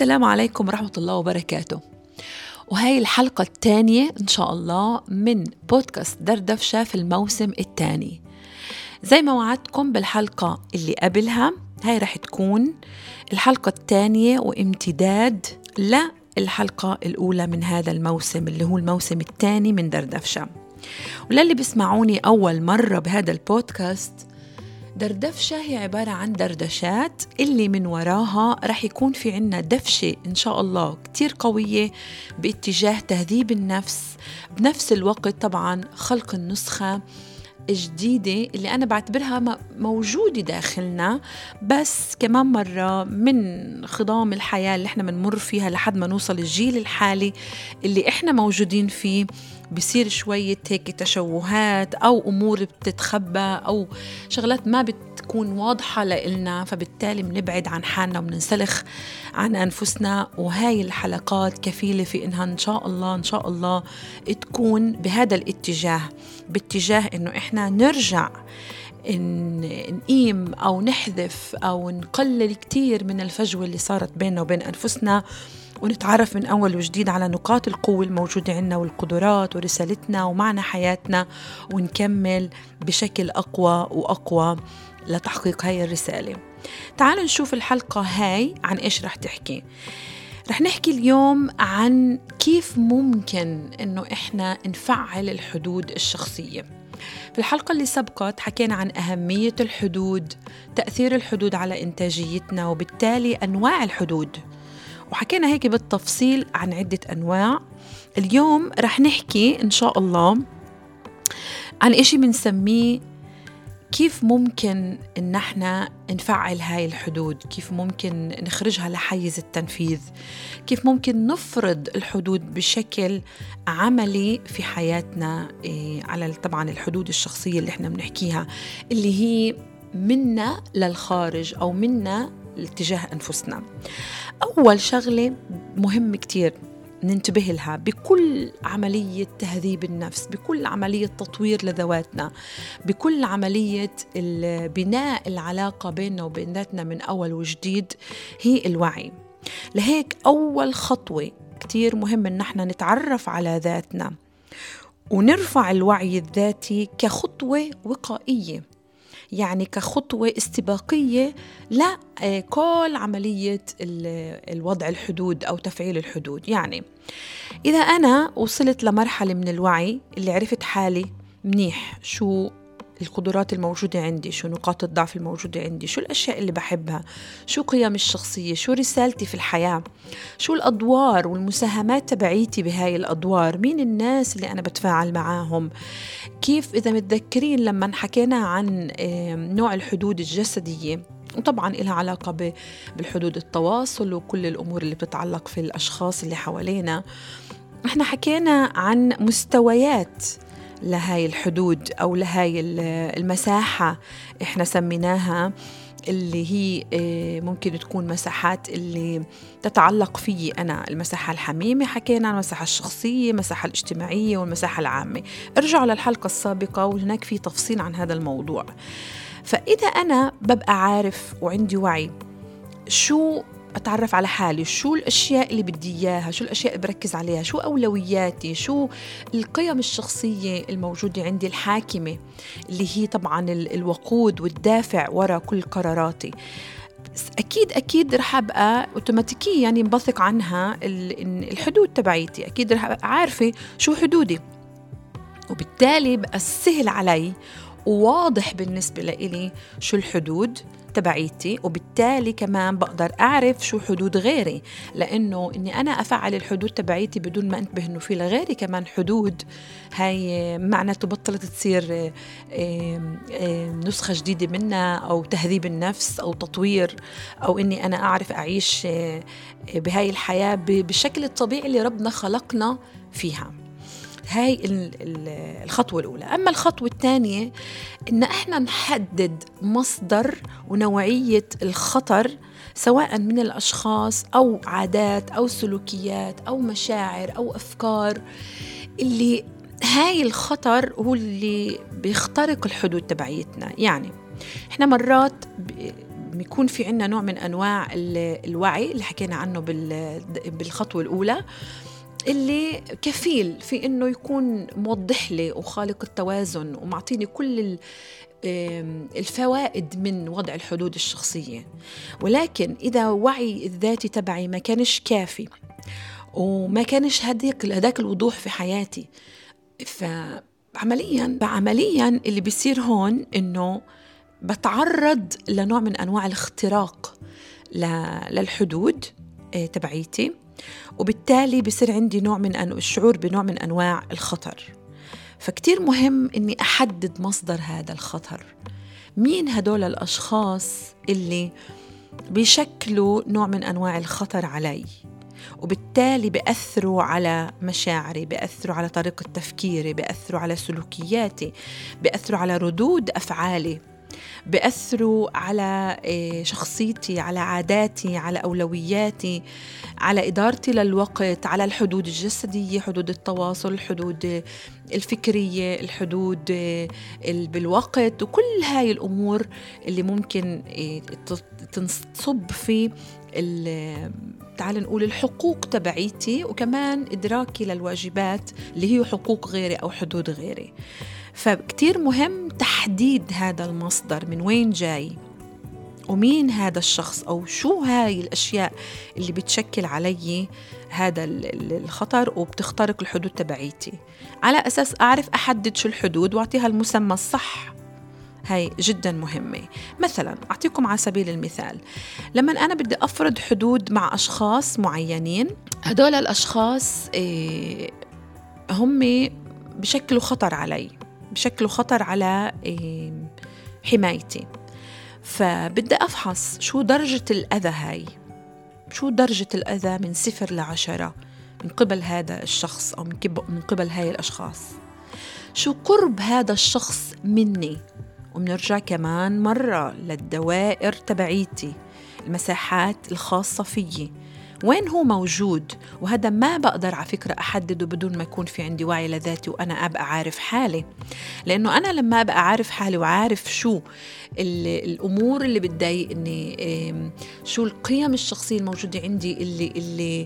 السلام عليكم ورحمة الله وبركاته. وهي الحلقة الثانية إن شاء الله من بودكاست دردفشة في الموسم الثاني. زي ما وعدتكم بالحلقة اللي قبلها، هاي رح تكون الحلقة الثانية وامتداد للحلقة الأولى من هذا الموسم اللي هو الموسم الثاني من دردفشة. وللي بيسمعوني أول مرة بهذا البودكاست، دردفشة هي عبارة عن دردشات اللي من وراها رح يكون في عنا دفشة إن شاء الله كتير قوية باتجاه تهذيب النفس، بنفس الوقت طبعا خلق النسخة جديدة اللي أنا بعتبرها موجودة داخلنا، بس كمان مرة من خضام الحياة اللي احنا بنمر فيها لحد ما نوصل الجيل الحالي اللي احنا موجودين فيه، بصير شوية هيك تشوهات أو أمور بتتخبى أو شغلات ما بتكون واضحة لإلنا، فبالتالي بنبعد عن حالنا وبننسلخ عن أنفسنا. وهاي الحلقات كفيلة في إنها إن شاء الله تكون بهذا الاتجاه، باتجاه إنه إحنا نرجع نقيم أو نحذف أو نقلل كتير من الفجوة اللي صارت بيننا وبين أنفسنا، ونتعرف من أول وجديد على نقاط القوة الموجودة عندنا والقدرات ورسالتنا ومعنى حياتنا، ونكمل بشكل أقوى وأقوى لتحقيق هاي الرسالة. تعالوا نشوف الحلقة هاي عن إيش رح تحكي. رح نحكي اليوم عن كيف ممكن إنه إحنا نفعل الحدود الشخصية. في الحلقة اللي سبقت حكينا عن أهمية الحدود، تأثير الحدود على إنتاجيتنا وبالتالي أنواع الحدود، وحكينا هيك بالتفصيل عن عدة أنواع. اليوم رح نحكي إن شاء الله عن إشي بنسميه كيف ممكن إن احنا نفعل هاي الحدود، كيف ممكن نخرجها لحيز التنفيذ، كيف ممكن نفرض الحدود بشكل عملي في حياتنا، على طبعا الحدود الشخصية اللي احنا بنحكيها اللي هي منا للخارج أو منا لاتجاه أنفسنا. أول شغلة مهم كتير ننتبه لها بكل عملية تهذيب النفس، بكل عملية تطوير لذواتنا، بكل عملية بناء العلاقة بيننا وبين ذاتنا من أول وجديد، هي الوعي. لهيك أول خطوة كتير مهم إن احنا نتعرف على ذاتنا ونرفع الوعي الذاتي كخطوة وقائية، يعني كخطوة استباقية لكل عملية الوضع الحدود أو تفعيل الحدود. يعني إذا أنا وصلت لمرحلة من الوعي اللي عرفت حالي منيح، شو القدرات الموجودة عندي، شو نقاط الضعف الموجودة عندي، شو الأشياء اللي بحبها، شو قيم الشخصية، شو رسالتي في الحياة، شو الأدوار والمساهمات تبعيتي بهاي الأدوار، مين الناس اللي أنا بتفاعل معاهم، كيف إذا متذكرين لما حكينا عن نوع الحدود الجسدية، وطبعا إلها علاقة بالحدود التواصل وكل الأمور اللي بتتعلق في الأشخاص اللي حوالينا، احنا حكينا عن مستويات لهاي الحدود أو لهاي المساحة احنا سميناها، اللي هي ممكن تكون مساحات اللي تتعلق فيي أنا، المساحة الحميمة حكينا عن المساحة الشخصية، المساحة الاجتماعية والمساحة العامة. ارجعوا للحلقة السابقة وهناك في تفصيل عن هذا الموضوع. فإذا أنا ببقى عارف وعندي وعي شو أتعرف على حالي، شو الأشياء اللي بدي إياها، شو الأشياء اللي بركز عليها، شو أولوياتي، شو القيم الشخصية الموجودة عندي الحاكمة اللي هي طبعا الوقود والدافع وراء كل قراراتي، أكيد رح أبقى أوتوماتيكيا يعني بثق عنها الحدود تبعيتي، أكيد رح أبقى عارفة شو حدودي، وبالتالي بقى سهل علي وواضح بالنسبة لإلي شو الحدود تبعيتي، وبالتالي كمان بقدر أعرف شو حدود غيري، لأنه إني أنا أفعل الحدود تبعيتي بدون ما أنتبه إنه في لغيري كمان حدود، هاي معناته بطلت تصير نسخة جديدة منها أو تهذيب النفس أو تطوير، أو إني أنا أعرف أعيش بهاي الحياة بالشكل الطبيعي اللي ربنا خلقنا فيها. هاي الخطوة الأولى. أما الخطوة الثانية إن إحنا نحدد مصدر ونوعية الخطر، سواء من الأشخاص أو عادات أو سلوكيات أو مشاعر أو أفكار، اللي هاي الخطر هو اللي بيخترق الحدود تبعيتنا. يعني إحنا مرات بيكون في عنا نوع من أنواع الوعي اللي حكينا عنه بالخطوة الأولى، اللي كفيل في إنه يكون موضح لي وخالق التوازن ومعطيني كل الفوائد من وضع الحدود الشخصية. ولكن إذا وعي الذاتي تبعي ما كانش كافي وما كانش هداك الوضوح في حياتي، فعمليا اللي بيصير هون إنه بتعرض لنوع من أنواع الاختراق للحدود تبعيتي، وبالتالي بيصير عندي نوع من الشعور بنوع من أنواع الخطر. فكتير مهم إني أحدد مصدر هذا الخطر، مين هدول الأشخاص اللي بيشكلوا نوع من أنواع الخطر علي، وبالتالي بيأثروا على مشاعري، بيأثروا على طريقة تفكيري، بيأثروا على سلوكياتي، بيأثروا على ردود أفعالي، بيأثروا على شخصيتي، على عاداتي، على أولوياتي، على إدارتي للوقت، على الحدود الجسدية، حدود التواصل، الحدود الفكرية، الحدود بالوقت، وكل هاي الأمور اللي ممكن تنصب في تعال نقول الحقوق تبعيتي، وكمان إدراكي للواجبات اللي هي حقوق غيري أو حدود غيري. فكتير مهم تحديد هذا المصدر، من وين جاي ومين هذا الشخص، أو شو هاي الأشياء اللي بتشكل علي هذا الخطر وبتخترق الحدود تبعيتي، على أساس أعرف أحدد شو الحدود وأعطيها المسمى الصح. هاي جدا مهمة. مثلا أعطيكم على سبيل المثال، لما أنا بدي أفرض حدود مع أشخاص معينين، هدول الأشخاص هم بشكلوا خطر علي، بشكل خطر على حمايتي، فبدي أفحص شو درجة الأذى هاي، شو درجة الأذى من 0 ل10 من قبل هذا الشخص أو من قبل هاي الأشخاص، شو قرب هذا الشخص مني. وبنرجع كمان مرة للدوائر تبعيتي، المساحات الخاصة فيي، وين هو موجود. وهذا ما بقدر على فكرة أحدده بدون ما يكون في عندي وعي لذاتي وأنا أبقى عارف حالي، لأنه أنا لما أبقى عارف حالي وعارف شو الأمور اللي بتضايقني، شو القيم الشخصية الموجودة عندي اللي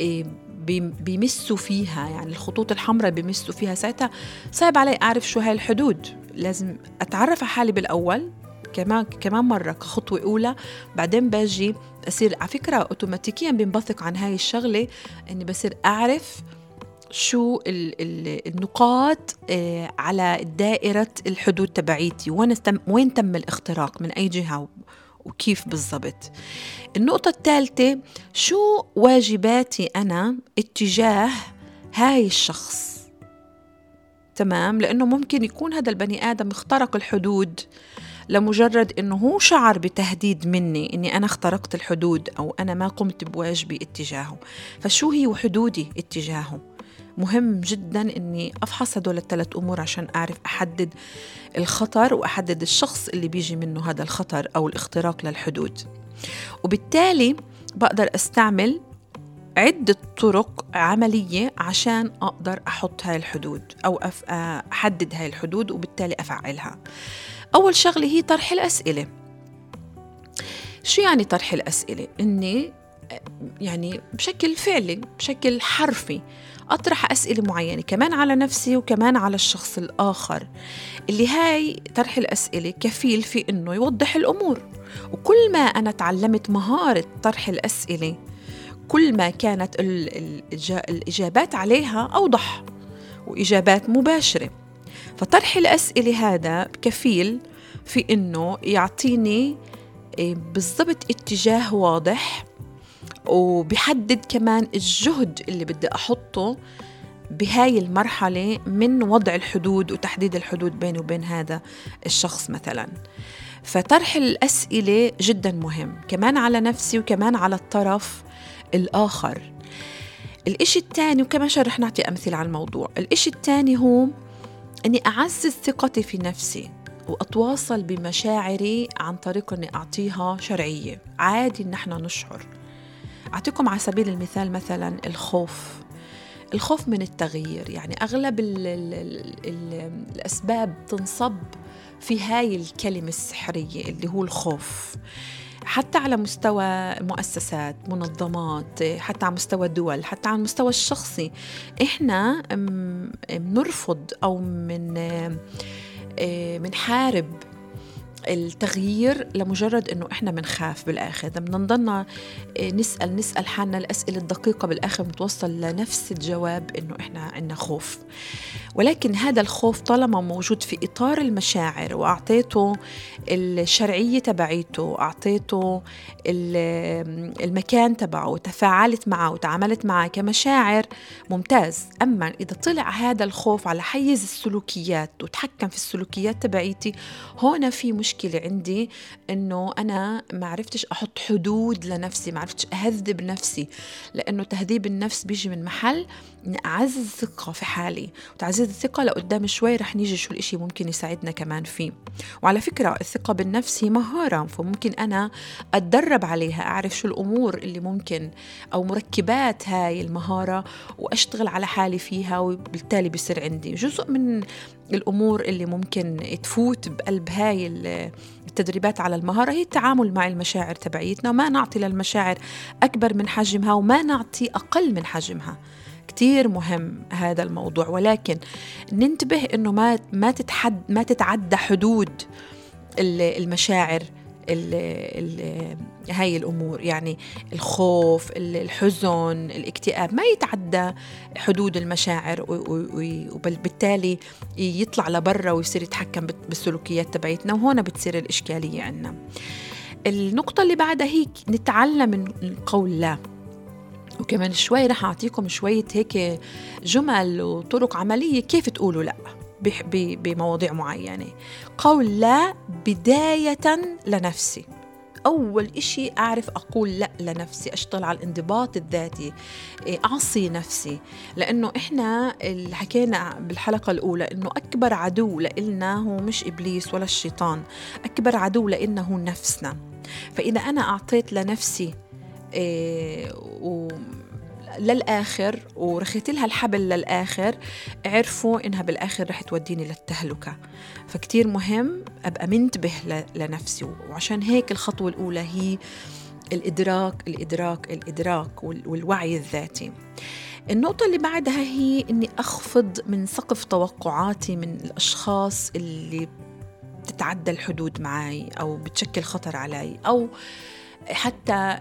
بيمسوا فيها، يعني الخطوط الحمراء بيمسوا فيها، ساعتها صعب علي أعرف شو هاي الحدود. لازم أتعرف على حالي بالأول كمان مرة كخطوة أولى، بعدين باجي أصير على فكرة أوتوماتيكيا بنبثق عن هاي الشغلة، أني بصير أعرف شو النقاط على دائرة الحدود تبعيتي، وين تم الاختراق من أي جهة وكيف بالضبط. النقطة الثالثة، شو واجباتي أنا اتجاه هاي الشخص. تمام، لأنه ممكن يكون هذا البني آدم اخترق الحدود لمجرد أنه هو شعر بتهديد مني أني أنا اخترقت الحدود أو أنا ما قمت بواجبي اتجاهه. فشو هي حدودي اتجاهه؟ مهم جدا أني أفحص هدول ال3 أمور عشان أعرف أحدد الخطر وأحدد الشخص اللي بيجي منه هذا الخطر أو الاختراق للحدود. وبالتالي بقدر أستعمل عدة طرق عملية عشان أقدر أحط هاي الحدود أو أحدد هاي الحدود وبالتالي أفعلها. أول شغلة هي طرح الأسئلة. شو يعني طرح الأسئلة؟ إني يعني بشكل فعلي، بشكل حرفي أطرح أسئلة معينة كمان على نفسي وكمان على الشخص الآخر، اللي هاي طرح الأسئلة كفيل في إنه يوضح الأمور. وكل ما أنا تعلمت مهارة طرح الأسئلة، كل ما كانت الإجابات عليها أوضح وإجابات مباشرة. فطرح الأسئلة هذا كفيل في إنه يعطيني بالضبط اتجاه واضح، وبيحدد كمان الجهد اللي بدي أحطه بهاي المرحلة من وضع الحدود وتحديد الحدود بيني وبين هذا الشخص مثلا. فطرح الأسئلة جدا مهم كمان على نفسي وكمان على الطرف الآخر. الإشي الثاني، وكمان رح نعطي أمثلة على الموضوع، الإشي الثاني هو أني أعزز ثقتي في نفسي وأتواصل بمشاعري عن طريق أني أعطيها شرعية. عادي أن احنا نشعر. أعطيكم على سبيل المثال مثلا الخوف من التغيير. يعني أغلب الأسباب تنصب في هاي الكلمة السحرية اللي هو الخوف. حتى على مستوى مؤسسات، منظمات، حتى على مستوى الدول، حتى على المستوى الشخصي. إحنا بنرفض أو منحارب التغيير لمجرد إنه إحنا منخاف بالآخر. بدنا نضلنا نسأل حالنا الأسئلة الدقيقة، بالآخر بنتوصل لنفس الجواب إنه إحنا عنا خوف. ولكن هذا الخوف طالما موجود في إطار المشاعر وأعطيته الشرعية تبعيته وأعطيته المكان تبعه وتفاعلت معه وتعاملت معه كمشاعر، ممتاز. أما إذا طلع هذا الخوف على حيز السلوكيات وتحكم في السلوكيات تبعيتي، هنا في مشكلة عندي، إنه أنا ما عرفتش أحط حدود لنفسي، ما عرفتش أهذب نفسي. لأنه تهذيب النفس بيجي من محل أعزز الثقة في حالي، وتعزيز الثقة لقدام شوي رح نيجي شو الإشي ممكن يساعدنا كمان فيه. وعلى فكرة الثقة بالنفس هي مهارة، فممكن أنا أتدرب عليها، أعرف شو الأمور اللي ممكن أو مركبات هاي المهارة وأشتغل على حالي فيها، وبالتالي بيصير عندي جزء من الأمور اللي ممكن تفوت بقلب هاي التدريبات على المهارة هي التعامل مع المشاعر تبعيتنا، وما نعطي للمشاعر أكبر من حجمها وما نعطي أقل من حجمها. كتير مهم هذا الموضوع، ولكن ننتبه إنه ما تتعدى حدود المشاعر هاي الأمور. يعني الخوف، الحزن، الاكتئاب ما يتعدى حدود المشاعر، وبالتالي يطلع لبرا ويصير يتحكم بالسلوكيات تبعيتنا، وهنا بتصير الإشكالية عنا. النقطة اللي بعدها هي نتعلم من قول لا. وكمان شوي رح أعطيكم شوية هيك جمل وطرق عملية كيف تقولوا لا بمواضيع معينة. قول لا بداية لنفسي. أول إشي أعرف أقول لا لنفسي، أشتغل على الانضباط الذاتي، أعصي نفسي. لأنه إحنا اللي حكينا بالحلقة الأولى إنه أكبر عدو لإلنا هو مش إبليس ولا الشيطان، أكبر عدو لإلنا هو نفسنا. فإذا أنا أعطيت لنفسي للآخر ورخيت لها الحبل للآخر، عرفوا إنها بالآخر رح توديني للتهلكة. فكتير مهم أبقى منتبه لنفسي، وعشان هيك الخطوة الأولى هي الإدراك والوعي الذاتي. النقطة اللي بعدها هي إني أخفض من سقف توقعاتي من الأشخاص اللي بتتعدى الحدود معي أو بتشكل خطر علي، أو حتى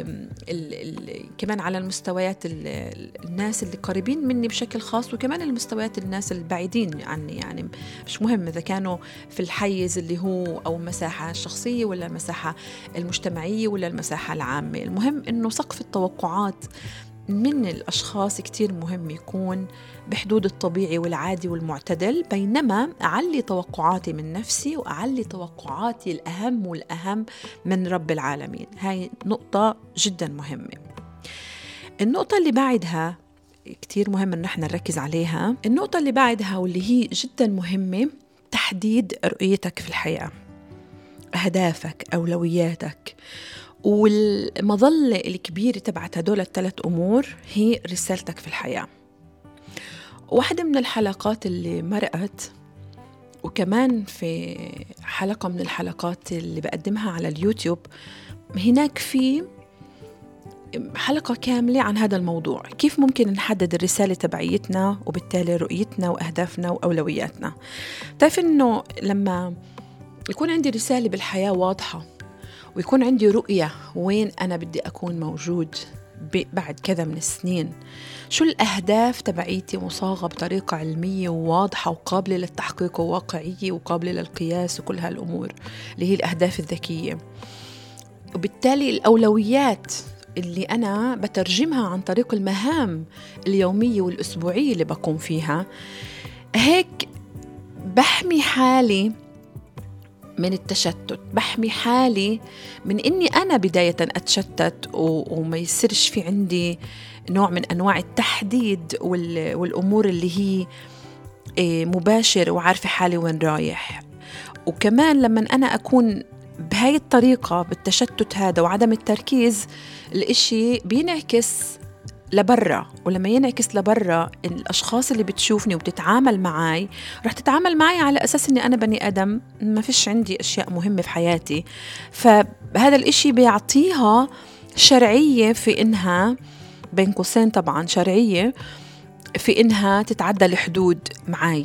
كمان على المستويات الناس اللي قريبين مني بشكل خاص، وكمان المستويات الناس البعيدين عني. يعني مش مهم إذا كانوا في الحيز اللي هو أو المساحة الشخصية ولا المساحة المجتمعية ولا المساحة العامة. المهم إنه سقف التوقعات من الأشخاص كتير مهم يكون بحدود الطبيعي والعادي والمعتدل، بينما أعلي توقعاتي من نفسي وأعلي توقعاتي الأهم والأهم من رب العالمين. هاي نقطة جدا مهمة. النقطة اللي بعدها كتير مهم إن احنا نركز عليها. النقطة اللي بعدها واللي هي جدا مهمة، تحديد رؤيتك في الحياة، أهدافك، أولوياتك. والمظلة الكبيرة تبعت هدول الثلاث أمور هي رسالتك في الحياة. واحدة من الحلقات اللي مرقت، وكمان في حلقة من الحلقات اللي بقدمها على اليوتيوب، هناك في حلقة كاملة عن هذا الموضوع، كيف ممكن نحدد الرسالة تبعيتنا وبالتالي رؤيتنا وأهدافنا وأولوياتنا. تعرف إنه لما يكون عندي رسالة بالحياة واضحة ويكون عندي رؤية وين أنا بدي أكون موجود بعد كذا من السنين، شو الأهداف تبعيتي مصاغة بطريقة علمية وواضحة وقابلة للتحقيق وواقعية وقابلة للقياس وكل هالأمور اللي هي الأهداف الذكية. وبالتالي الأولويات اللي أنا بترجمها عن طريق المهام اليومية والأسبوعية اللي بقوم فيها، هيك بحمي حالي من التشتت، بحمي حالي من إني أنا بداية أتشتت وما يصيرش في عندي نوع من أنواع التحديد والأمور اللي هي مباشر وعارفة حالي وين رايح. وكمان لما أنا أكون بهاي الطريقة بالتشتت هذا وعدم التركيز، الإشي بينعكس لبرا، ولما ينعكس لبرا الأشخاص اللي بتشوفني وبتتعامل معي رح تتعامل معي على أساس أني أنا بني أدم ما فيش عندي أشياء مهمة في حياتي. فهذا الإشي بيعطيها شرعية في إنها، بين قوسين طبعا شرعية، في إنها تتعدى الحدود معي.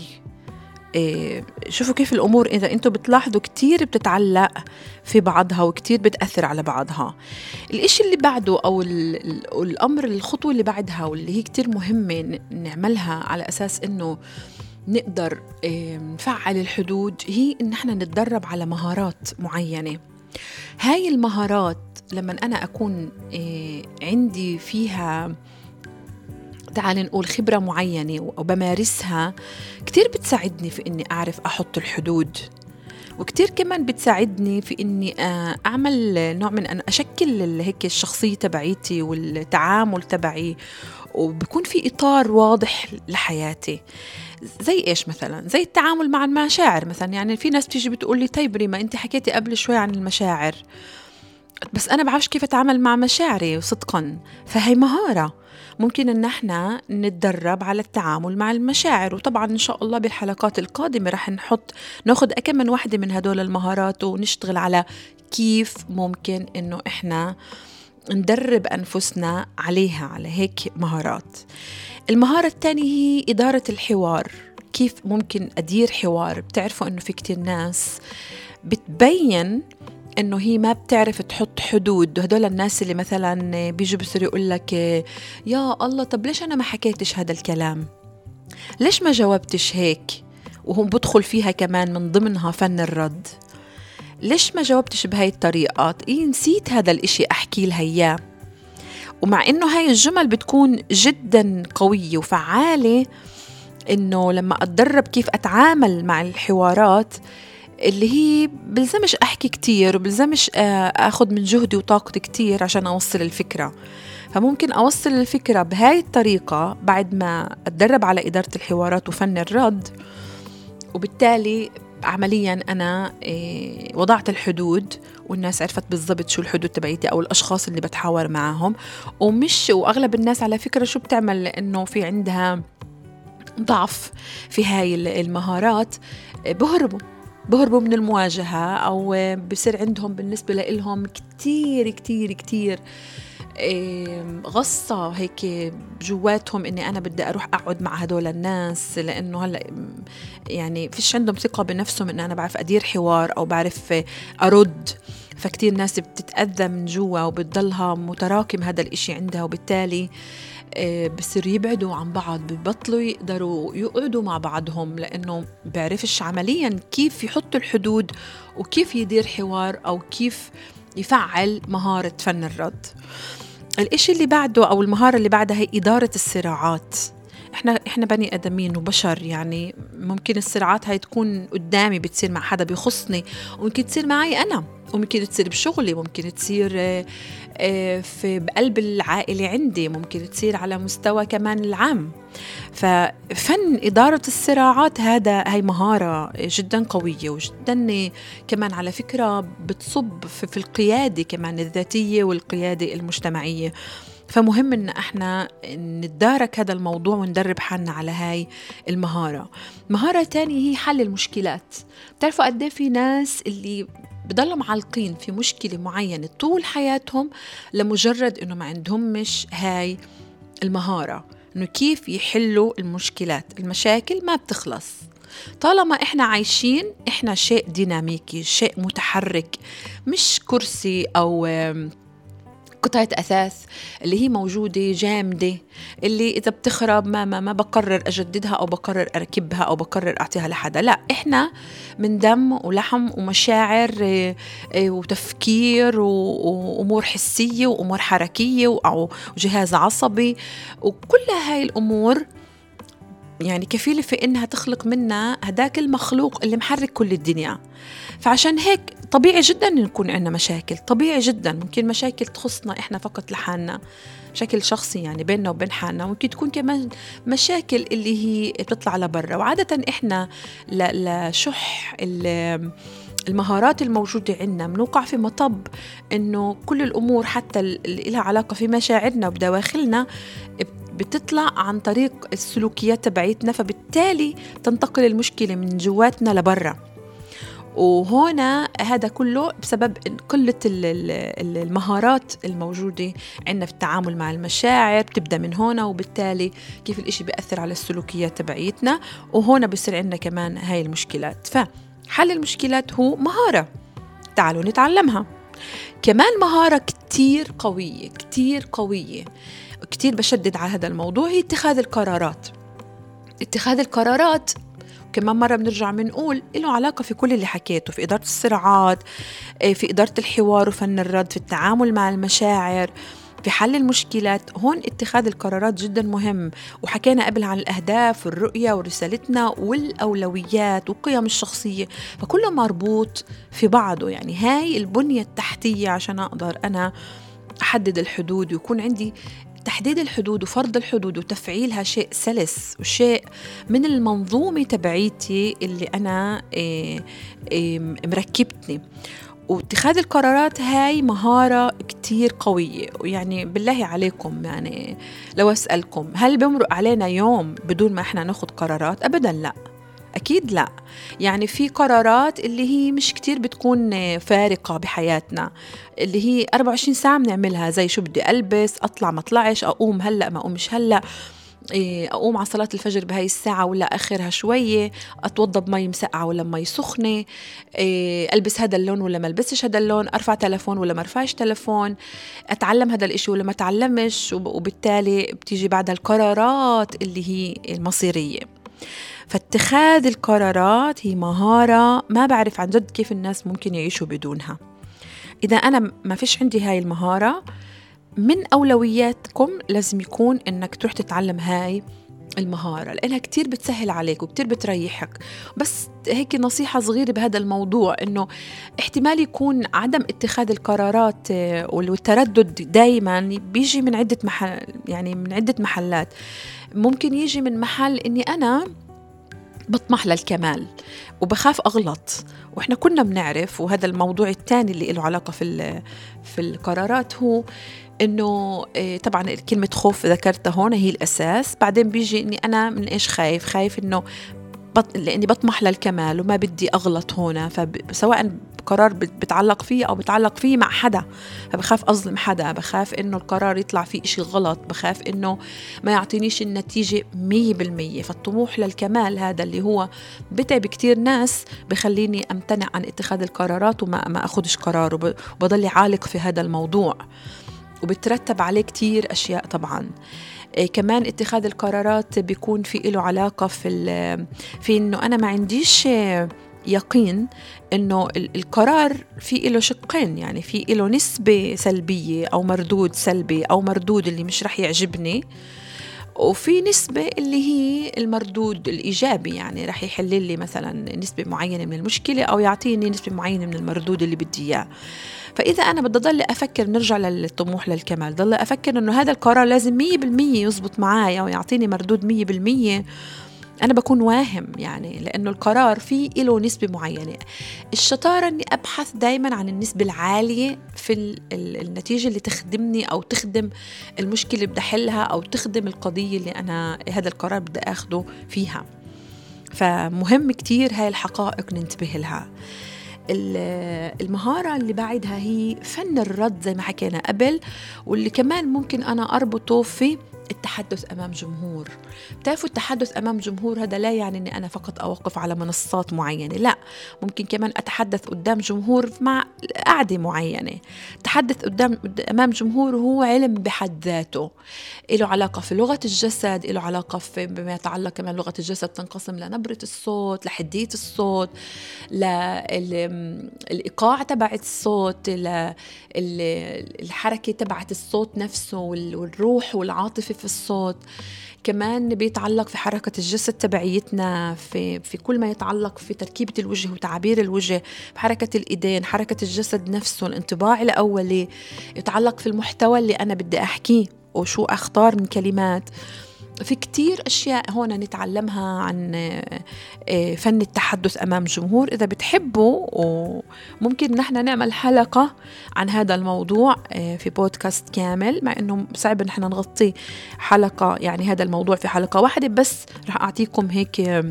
شوفوا كيف الأمور إذا أنتوا بتلاحظوا كتير بتتعلق في بعضها وكتير بتأثر على بعضها. الإشي اللي بعده أو الأمر الخطوة اللي بعدها واللي هي كتير مهمة نعملها على أساس إنه نقدر نفعل الحدود، هي إن احنا نتدرب على مهارات معينة. هاي المهارات لما أنا أكون عندي فيها، تعال نقول خبرة معينة وبمارسها، كتير بتساعدني في إني أعرف أحط الحدود، وكتير كمان بتساعدني في إني أعمل نوع من أن أشكل هيك الشخصية تبعيتي والتعامل تبعي، وبكون في إطار واضح لحياتي. زي إيش مثلا؟ زي التعامل مع المشاعر مثلا. يعني في ناس بتيجي بتقولي طيب ريما أنت حكيتي قبل شوي عن المشاعر، بس أنا بعرفش كيف أتعامل مع مشاعري صدقا. فهي مهارة ممكن إن احنا نتدرب على التعامل مع المشاعر، وطبعا إن شاء الله بالحلقات القادمة رح ناخد أكم من واحدة من هدول المهارات ونشتغل على كيف ممكن إنه احنا ندرب أنفسنا عليها، على هيك مهارات. المهارة الثانية هي إدارة الحوار. كيف ممكن أدير حوار؟ بتعرفوا إنه في كتير ناس بتبين إنه هي ما بتعرف تحط حدود، وهدول الناس اللي مثلا بيجوا بصيروا يقول لك يا الله طب ليش أنا ما حكيتش هذا الكلام، ليش ما جاوبتش هيك، وهم بدخل فيها كمان من ضمنها فن الرد، ليش ما جاوبتش بهاي الطريقة، نسيت هذا الإشي أحكي لها إياه. ومع إنه هاي الجمل بتكون جدا قوية وفعالة، إنه لما أتدرب كيف أتعامل مع الحوارات اللي هي بلزمش أحكي كتير وبلزمش أخذ من جهدي وطاقتي كتير عشان أوصل الفكرة، فممكن أوصل الفكرة بهاي الطريقة بعد ما أتدرب على إدارة الحوارات وفن الرد. وبالتالي عمليا أنا وضعت الحدود، والناس عرفت بالضبط شو الحدود تبعيتي أو الأشخاص اللي بتحاور معهم. وأغلب الناس على فكرة شو بتعمل، لأنه في عندها ضعف في هاي المهارات، بهربوا من المواجهة، أو بصير عندهم بالنسبة لهم كتير كتير كتير غصة هيك جواتهم إني أنا بدي أروح أقعد مع هدول الناس، لأنه هلأ يعني فيش عندهم ثقة بنفسهم إن أنا بعرف أدير حوار أو بعرف أرد. فكتير ناس بتتأذى من جوا وبتضلها متراكم هذا الإشي عندها، وبالتالي بصير يبعدوا عن بعض، ببطلوا يقدروا يقعدوا مع بعضهم، لأنه بعرفش عمليا كيف يحط الحدود وكيف يدير حوار أو كيف يفعل مهارة فن الرد. الإشي اللي بعده أو المهارة اللي بعدها هي إدارة الصراعات. إحنا بني آدمين وبشر، يعني ممكن الصراعات هاي تكون قدامي بتصير مع حدا بيخصني، وممكن تصير معي أنا، وممكن تصير بشغلي، ممكن تصير في بقلب العائلة عندي، ممكن تصير على مستوى كمان العام. ففن إدارة الصراعات هاي مهارة جدا قوية وجدا كمان على فكرة بتصب في القيادة كمان الذاتية والقيادة المجتمعية. فمهم إن احنا نتدارك هذا الموضوع وندرب حالنا على هاي المهارة. مهارة تانية هي حل المشكلات. بتعرفوا قد ايه في ناس اللي بضلوا معلقين في مشكلة معينة طول حياتهم لمجرد إنه ما عندهمش هاي المهارة، إنه كيف يحلوا المشكلات. المشاكل ما بتخلص طالما إحنا عايشين، إحنا شيء ديناميكي، شيء متحرك، مش كرسي أو قطعة أثاث اللي هي موجودة جامدة، اللي إذا بتخرب ما بقرر أجددها أو بقرر أركبها أو بقرر أعطيها لحدا. لا، إحنا من دم ولحم ومشاعر وتفكير وأمور حسية وأمور حركية وجهاز عصبي، وكل هاي الأمور يعني كفيلة في إنها تخلق منا هداك المخلوق اللي محرك كل الدنيا. فعشان هيك طبيعي جدا نكون عندنا مشاكل، طبيعي جدا. ممكن مشاكل تخصنا إحنا فقط لحالنا، بشكل شخصي يعني بيننا وبين حالنا، ممكن تكون كمان مشاكل اللي هي بتطلع لبرا. وعادة إحنا لشح المهارات الموجودة عندنا بنوقع في مطب إنه كل الأمور حتى اللي لها علاقة في مشاعرنا وبدواخلنا بتطلع عن طريق السلوكيات تبعيتنا، فبالتالي تنتقل المشكلة من جواتنا لبرا. وهنا هذا كله بسبب قلة المهارات الموجودة عندنا في التعامل مع المشاعر، بتبدأ من هنا، وبالتالي كيف الإشي بيأثر على السلوكيات تبعيتنا، وهنا بيصير عندنا كمان هاي المشكلات. فحل المشكلات هو مهارة، تعالوا نتعلمها. كمان مهارة كتير قوية كتير قوية كتير بشدد على هذا الموضوع، هي اتخاذ القرارات. اتخاذ القرارات كمان مرة بنرجع بنقول له علاقة في كل اللي حكيته، في إدارة الصراعات، في إدارة الحوار وفن الرد، في التعامل مع المشاعر، في حل المشكلات. هون اتخاذ القرارات جدا مهم. وحكينا قبل عن الأهداف والرؤية ورسالتنا والأولويات والقيم الشخصية، فكله مربوط في بعضه. يعني هاي البنية التحتية عشان أقدر أنا أحدد الحدود، ويكون عندي تحديد الحدود وفرض الحدود وتفعيلها شيء سلس وشيء من المنظومة تبعيتي اللي أنا مركبتني. واتخاذ القرارات هاي مهارة كتير قوية. ويعني بالله عليكم، يعني لو أسألكم، هل بيمرق علينا يوم بدون ما إحنا ناخد قرارات؟ أبداً لا، أكيد لا. يعني في قرارات اللي هي مش كتير بتكون فارقة بحياتنا، اللي هي 24 ساعة بنعملها، زي شو بدي ألبس، أطلع ما أطلعش، أقوم هلأ ما أقومش هلأ، أقوم على صلاة الفجر بهاي الساعة ولا أخرها شوية، أتوضى بمي مسقعة ولا مي سخنة، ألبس هذا اللون ولا ما ألبسش هذا اللون، أرفع تلفون ولا ما أرفعش تلفون، أتعلم هذا الإشي ولا ما أتعلمش. وبالتالي بتيجي بعد القرارات اللي هي المصيرية. فاتخاذ القرارات هي مهارة ما بعرف عن جد كيف الناس ممكن يعيشوا بدونها. إذا أنا ما فيش عندي هاي المهارة، من أولوياتكم لازم يكون إنك تروح تتعلم هاي المهارة، لأنها كتير بتسهل عليك وكتير بتريحك. بس هيك نصيحة صغيرة بهذا الموضوع، إنه احتمال يكون عدم اتخاذ القرارات والتردد دايما بيجي من عدة يعني من عدة محلات. ممكن يجي من محل إني أنا بطمح للكمال وبخاف أغلط، وإحنا كنا بنعرف. وهذا الموضوع الثاني اللي له علاقة في القرارات، هو إنه طبعا كلمة خوف ذكرتها هون هي الأساس. بعدين بيجي إني أنا من إيش خايف إنه لأني بطمح للكمال وما بدي أغلط هنا. فسواء قرار بتعلق فيه أو بتعلق فيه مع حدا، فبخاف أظلم حدا، بخاف إنه القرار يطلع فيه إشي غلط، بخاف إنه ما يعطينيش النتيجة 100%. فالطموح للكمال هذا اللي هو بتعب كتير ناس، بخليني أمتنع عن اتخاذ القرارات وما أخدش قرار، وبضل عالق في هذا الموضوع، وبترتب عليه كتير أشياء طبعاً. كمان اتخاذ القرارات بيكون في له علاقة في إنه أنا ما عنديش يقين إنه القرار في له شقين، يعني في له نسبة سلبية أو مردود سلبي أو مردود اللي مش رح يعجبني، وفي نسبة اللي هي المردود الإيجابي، يعني رح يحل لي مثلا نسبة معينة من المشكلة أو يعطيني نسبة معينة من المردود اللي بدي إياه. فإذا أنا بدي أضل أفكر، نرجع للطموح للكمال، ضل أفكر إنه هذا القرار لازم 100% يزبط معايا ويعطيني مردود 100%، أنا بكون واهم. يعني لأنه القرار فيه له نسبة معينة. الشطارة أني أبحث دايما عن النسبة العالية في النتيجة اللي تخدمني أو تخدم المشكلة اللي بدي أحلها أو تخدم القضية اللي أنا هذا القرار بدي أخده فيها. فمهم كتير هاي الحقائق ننتبه لها. المهارة اللي بعدها هي فن الرد زي ما حكينا قبل، واللي كمان ممكن أنا أربطه في التحدث أمام جمهور. بتعرفوا التحدث أمام جمهور هذا لا يعني أني أنا فقط أوقف على منصات معينة، لا، ممكن كمان أتحدث قدام جمهور مع قعدة معينة. التحدث أمام جمهور هو علم بحد ذاته، له علاقة في لغة الجسد، له علاقة بما يتعلق كمان لغة الجسد تنقسم لنبرة الصوت، لحدية الصوت، للإيقاع تبع الصوت، الحركة تبعت الصوت نفسه والروح والعاطفة في الصوت. كمان بيتعلق في حركة الجسد تبعيتنا، في كل ما يتعلق في تركيبة الوجه وتعبير الوجه، بحركة الإيدين، حركة الجسد نفسه، الانطباع الأولي، يتعلق في المحتوى اللي أنا بدي أحكيه. وشو أختار من كلمات. في كتير أشياء هون نتعلمها عن فن التحدث أمام جمهور. إذا بتحبوا وممكن نحن نعمل حلقة عن هذا الموضوع في بودكاست كامل، مع أنه صعب نحن نغطي حلقة يعني هذا الموضوع في حلقة واحدة، بس رح أعطيكم هيك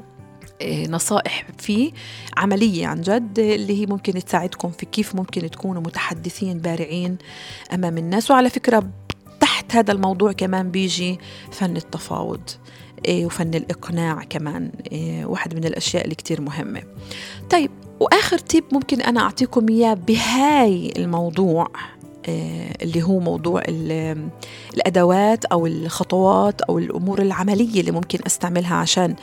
نصائح فيه عملية عن جد اللي هي ممكن تساعدكم في كيف ممكن تكونوا متحدثين بارعين أمام الناس. وعلى فكرة تحت هذا الموضوع كمان بيجي فن التفاوض وفن الإقناع كمان، واحد من الأشياء اللي كتير مهمة. طيب، وآخر تيب ممكن أنا أعطيكم إياه بهاي الموضوع اللي هو موضوع الأدوات أو الخطوات أو الأمور العملية اللي ممكن أستعملها عشان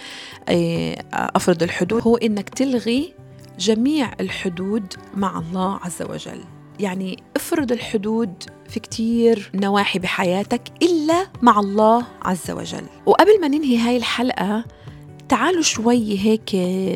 أفرض الحدود، هو إنك تلغي جميع الحدود مع الله عز وجل. يعني افرض الحدود في كتير نواحي بحياتك إلا مع الله عز وجل. وقبل ما ننهي هاي الحلقة تعالوا شوي هيك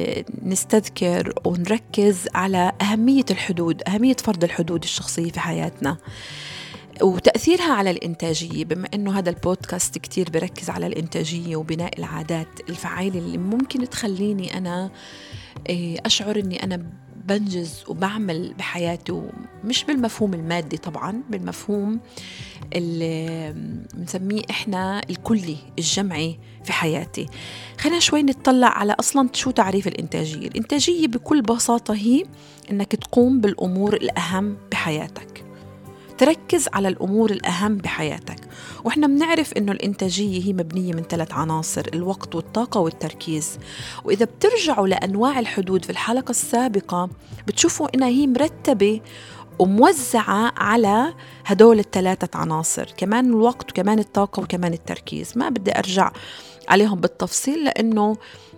نستذكر ونركز على أهمية الحدود، أهمية فرض الحدود الشخصية في حياتنا وتأثيرها على الإنتاجية، بما أنه هذا البودكاست كتير بركز على الإنتاجية وبناء العادات الفعالة اللي ممكن تخليني أنا أشعر أني أنا بنجز وبعمل بحياتي، مش بالمفهوم المادي طبعا، بالمفهوم اللي بنسميه إحنا الكلي الجمعي في حياتي. خلينا شوي نتطلع على أصلا شو تعريف الإنتاجية. الإنتاجية بكل بساطة هي إنك تقوم بالأمور الأهم بحياتك، تركز على الأمور الأهم بحياتك. وإحنا بنعرف إنه الإنتاجية هي مبنية من 3 عناصر: الوقت والطاقة والتركيز. وإذا بترجعوا لأنواع الحدود في الحلقة السابقة بتشوفوا إنها هي مرتبة وموزعة على هدول ال3 عناصر، كمان الوقت وكمان الطاقة وكمان التركيز. ما بدي أرجع عليهم بالتفصيل لأنه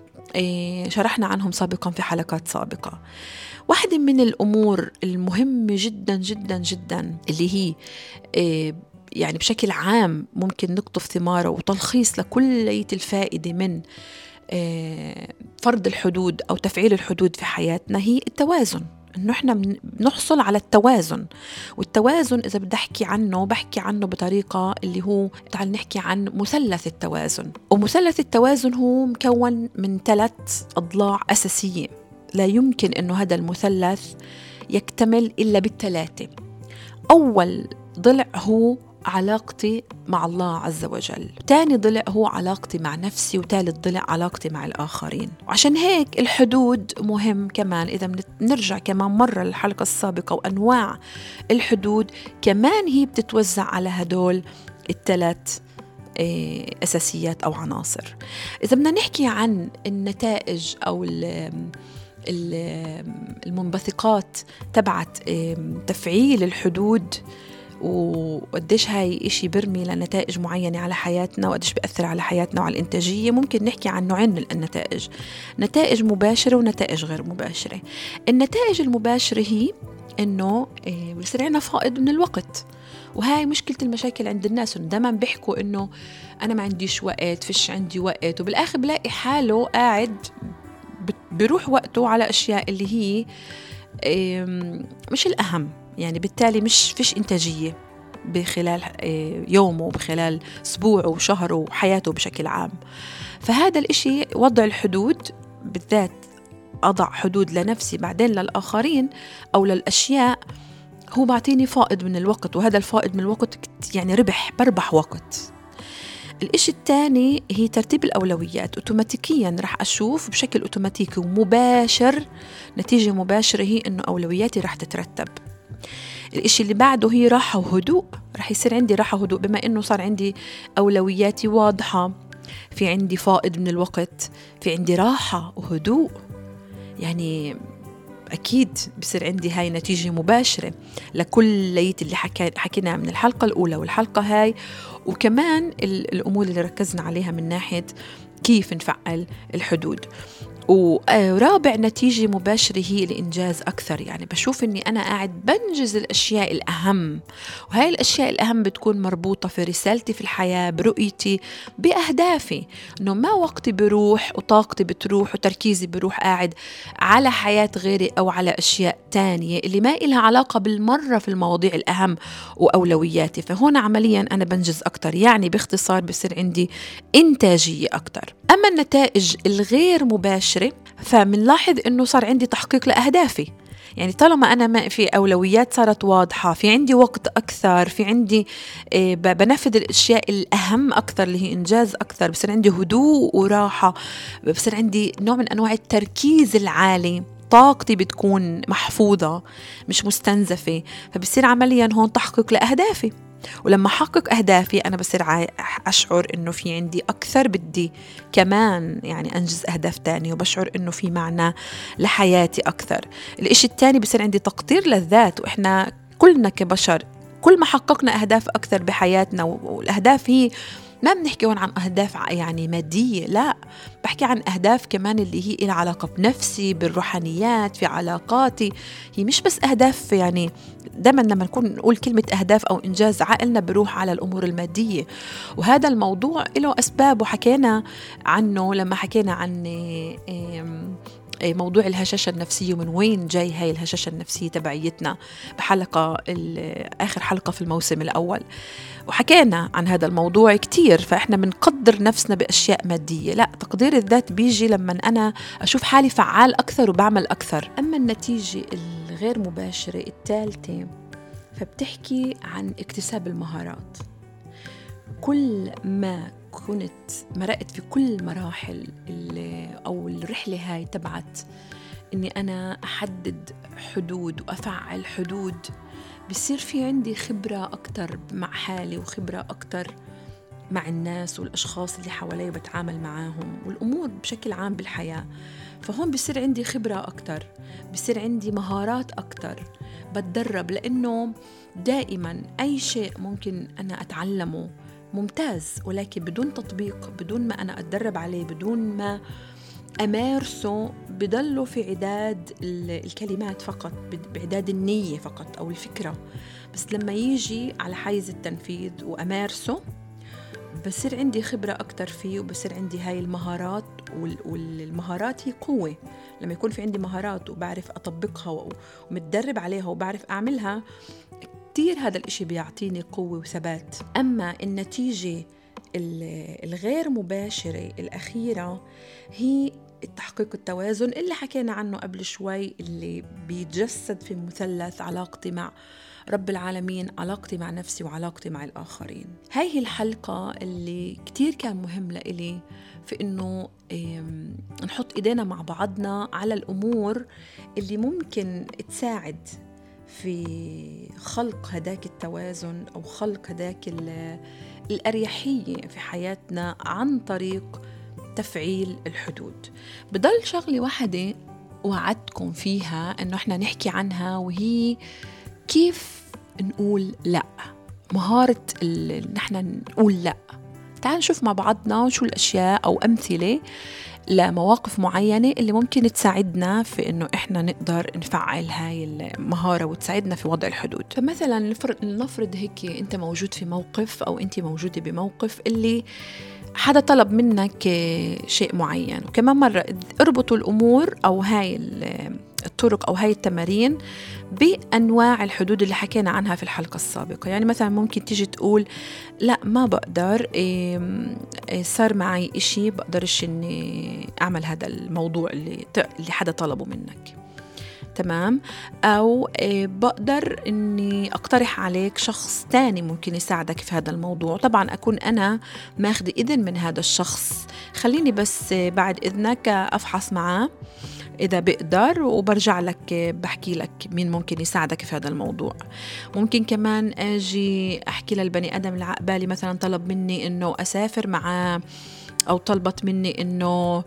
شرحنا عنهم سابقا في حلقات سابقة. واحدة من الأمور المهمة جدا جدا جدا اللي هي يعني بشكل عام ممكن نقطف ثماره وتلخيص لكل الفائدة من فرض الحدود أو تفعيل الحدود في حياتنا هي التوازن. إنه إحنا بنحصل على التوازن. والتوازن إذا بدي أحكي عنه بحكي عنه بطريقة اللي هو تعال نحكي عن مثلث التوازن. ومثلث التوازن هو مكون من 3 أضلاع أساسية، لا يمكن إنه هذا المثلث يكتمل إلا بال3. أول ضلع هو علاقتي مع الله عز وجل، تاني ضلع هو علاقتي مع نفسي، وثالث ضلع علاقتي مع الآخرين. وعشان هيك الحدود مهم كمان. إذا نرجع كمان مرة للحلقة السابقة وأنواع الحدود كمان هي بتتوزع على هدول ال3 أساسيات أو عناصر. إذا بدنا نحكي عن النتائج أو المنبثقات تبعت تفعيل الحدود وقديش هاي إشي برمي لنتائج معينة على حياتنا وقديش بيأثر على حياتنا وعلى الإنتاجية، ممكن نحكي عن نوعين من النتائج: نتائج مباشرة ونتائج غير مباشرة. النتائج المباشرة هي إنه بصير عنا فائض من الوقت، وهاي مشكلة المشاكل عند الناس، إنه دائما بيحكوا إنه أنا ما عنديش وقت، فيش عندي وقت، وبالآخر بلاقي حاله قاعد بيروح وقته على أشياء اللي هي مش الأهم. يعني بالتالي مش فيش إنتاجية بخلال يومه وبخلال أسبوعه وشهره وحياته بشكل عام. فهذا الإشي وضع الحدود، بالذات أضع حدود لنفسي بعدين للآخرين أو للأشياء، هو بعطيني فائض من الوقت، وهذا الفائض من الوقت يعني بربح وقت. الإشي الثاني هي ترتيب الأولويات. أوتوماتيكيا رح أشوف بشكل أوتوماتيكي ومباشر، نتيجة مباشرة هي إنه أولوياتي رح تترتب. الإشي اللي بعده هي راحة وهدوء، رح يصير عندي راحة وهدوء بما إنه صار عندي أولوياتي واضحة، في عندي فائض من الوقت، في عندي راحة وهدوء، يعني أكيد بصير عندي هاي نتيجة مباشرة لكل اللي حكينا من الحلقة الأولى والحلقة هاي، وكمان الأمور اللي ركزنا عليها من ناحية كيف نفعل الحدود. ورابع نتيجة مباشرة هي الإنجاز أكثر. يعني بشوف أني أنا قاعد بنجز الأشياء الأهم، وهاي الأشياء الأهم بتكون مربوطة في رسالتي في الحياة، برؤيتي، بأهدافي، أنه ما وقتي بروح وطاقتي بتروح وتركيزي بروح قاعد على حياة غيري أو على أشياء التانية اللي ما إلها علاقة بالمرة في المواضيع الأهم وأولوياتي. فهون عمليا أنا بنجز أكتر، يعني باختصار بصير عندي إنتاجية أكتر. أما النتائج الغير مباشرة فمنلاحظ إنه صار عندي تحقيق لأهدافي، يعني طالما أنا ما في أولويات صارت واضحة، في عندي وقت أكثر، في عندي بنفذ الأشياء الأهم أكثر اللي هي إنجاز أكثر، بصير عندي هدوء وراحة، بصير عندي نوع من أنواع التركيز العالي، طاقتي بتكون محفوظة مش مستنزفة، فبصير عمليا هون تحقيق لأهدافي. ولما أحقق أهدافي أنا بصير أشعر إنه في عندي أكثر، بدي كمان يعني أنجز أهداف تانية، وبشعر إنه في معنى لحياتي أكثر. الإشي التاني بصير عندي تقدير للذات، وإحنا كلنا كبشر كل ما حققنا أهداف أكثر بحياتنا، والأهداف هي ما بنحكي هون عن أهداف يعني مادية، لا، بحكي عن أهداف كمان اللي هي لها علاقة بنفسي، بالروحانيات، في علاقاتي. هي مش بس أهداف، يعني دائما لما نكون نقول كلمة أهداف أو إنجاز عقلنا بروح على الأمور المادية، وهذا الموضوع له أسباب وحكينا عنه لما حكينا عن موضوع الهشاشة النفسية ومن وين جاي هاي الهشاشة النفسية تبعيتنا بحلقة آخر حلقة في الموسم الأول، وحكينا عن هذا الموضوع كتير. فإحنا بنقدر نفسنا بأشياء مادية، لا، تقدير الذات بيجي لما أنا أشوف حالي فعال أكثر وبعمل أكثر. أما النتيجة الغير مباشرة الثالثة فبتحكي عن اكتساب المهارات. كل ما كنت مرقت في كل مراحل أو الرحلة هاي تبعت إني أنا أحدد حدود وأفعل حدود، بيصير في عندي خبرة أكتر مع حالي، وخبرة أكتر مع الناس والأشخاص اللي حوالي بتعامل معاهم، والأمور بشكل عام بالحياة. فهون بيصير عندي خبرة أكتر، بيصير عندي مهارات أكتر، بتدرب، لأنه دائما أي شيء ممكن أنا أتعلمه ممتاز، ولكن بدون تطبيق، بدون ما أنا أتدرب عليه، بدون ما أمارسه، بضله في عداد الكلمات فقط، بعداد النية فقط أو الفكرة. بس لما يجي على حيز التنفيذ وأمارسه بصير عندي خبرة أكتر فيه، وبصير عندي هاي المهارات. والمهارات هي قوة. لما يكون في عندي مهارات وبعرف أطبقها ومتدرب عليها وبعرف أعملها كتير، هذا الإشي بيعطيني قوة وثبات. أما النتيجة الغير مباشرة الأخيرة هي التحقيق التوازن اللي حكينا عنه قبل شوي، اللي بيتجسد في مثلث علاقتي مع رب العالمين، علاقتي مع نفسي، وعلاقتي مع الآخرين. هاي الحلقة اللي كتير كان مهم لإلي في إنه نحط إيدينا مع بعضنا على الأمور اللي ممكن تساعد في خلق هداك التوازن أو خلق هداك الأريحية في حياتنا عن طريق تفعيل الحدود. بضل شغلة واحدة وعدتكم فيها إنه إحنا نحكي عنها، وهي كيف نقول لأ، مهارة نحن نقول لأ. تعال نشوف مع بعضنا شو الأشياء أو أمثلة لمواقف معينة اللي ممكن تساعدنا في إنه إحنا نقدر نفعل هاي المهارة وتساعدنا في وضع الحدود. فمثلا نفرض هيك أنت موجود في موقف أو أنت موجودة بموقف اللي حدا طلب منك شيء معين، وكمان مرة اربطوا الأمور أو هاي الطرق أو هاي التمارين بأنواع الحدود اللي حكينا عنها في الحلقة السابقة. يعني مثلا ممكن تيجي تقول لا، ما بقدر، صار معي إشي بقدرش إني أعمل هذا الموضوع اللي حدا طلبه منك، تمام؟ أو بقدر إني أقترح عليك شخص تاني ممكن يساعدك في هذا الموضوع. طبعا أكون أنا ماخذ إذن من هذا الشخص، خليني بس بعد إذنك أفحص معاه إذا بقدر، وبرجع لك بحكي لك مين ممكن يساعدك في هذا الموضوع. ممكن كمان أجي أحكي للبني آدم اللي عقبالي مثلا طلب مني إنه أسافر معاه، أو طلبت مني إنه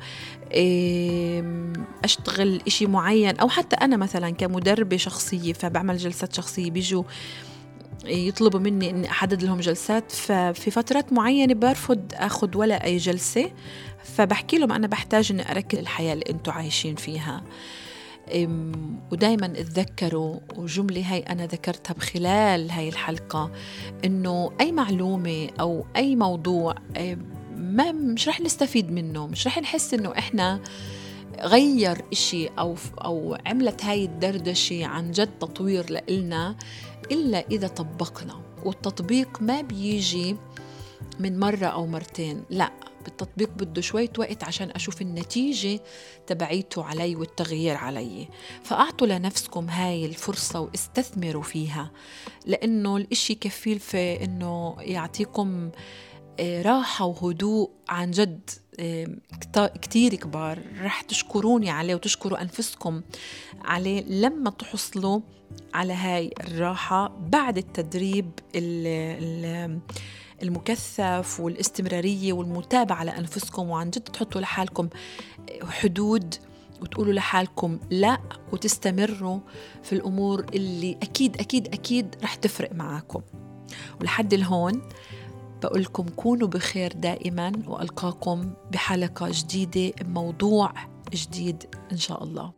أشتغل إشي معين، أو حتى أنا مثلا كمدربة شخصية فبعمل جلسات شخصية، بيجوا يطلبوا مني إني أحدد لهم جلسات، ففي فترات معينة برفض أخذ ولا أي جلسة، فبحكي لهم أنا بحتاج إني أركز الحياة اللي أنتوا عايشين فيها. ودايما اتذكروا، وجملة هاي أنا ذكرتها بخلال هاي الحلقة، إنه أي معلومة أو أي موضوع مش رح نستفيد منه، مش رح نحس إنه إحنا غير إشي أو عملت هاي الدردشة عن جد تطوير لإلنا إلا إذا طبقنا. والتطبيق ما بيجي من مرة أو مرتين، لا، بالتطبيق بده شوية وقت عشان أشوف النتيجة تبعيته علي والتغيير علي. فأعطوا لنفسكم هاي الفرصة واستثمروا فيها، لأنه الإشي كفيل في أنه يعطيكم راحة وهدوء عن جد كتير كبار. رح تشكروني عليه وتشكروا أنفسكم عليه لما تحصلوا على هاي الراحة بعد التدريب المكثف والاستمرارية والمتابعة لأنفسكم، وعن جد تحطوا لحالكم حدود وتقولوا لحالكم لا، وتستمروا في الأمور اللي أكيد أكيد أكيد رح تفرق معاكم. ولحد الهون بقولكم كونوا بخير دائما، وألقاكم بحلقة جديدة بموضوع جديد إن شاء الله.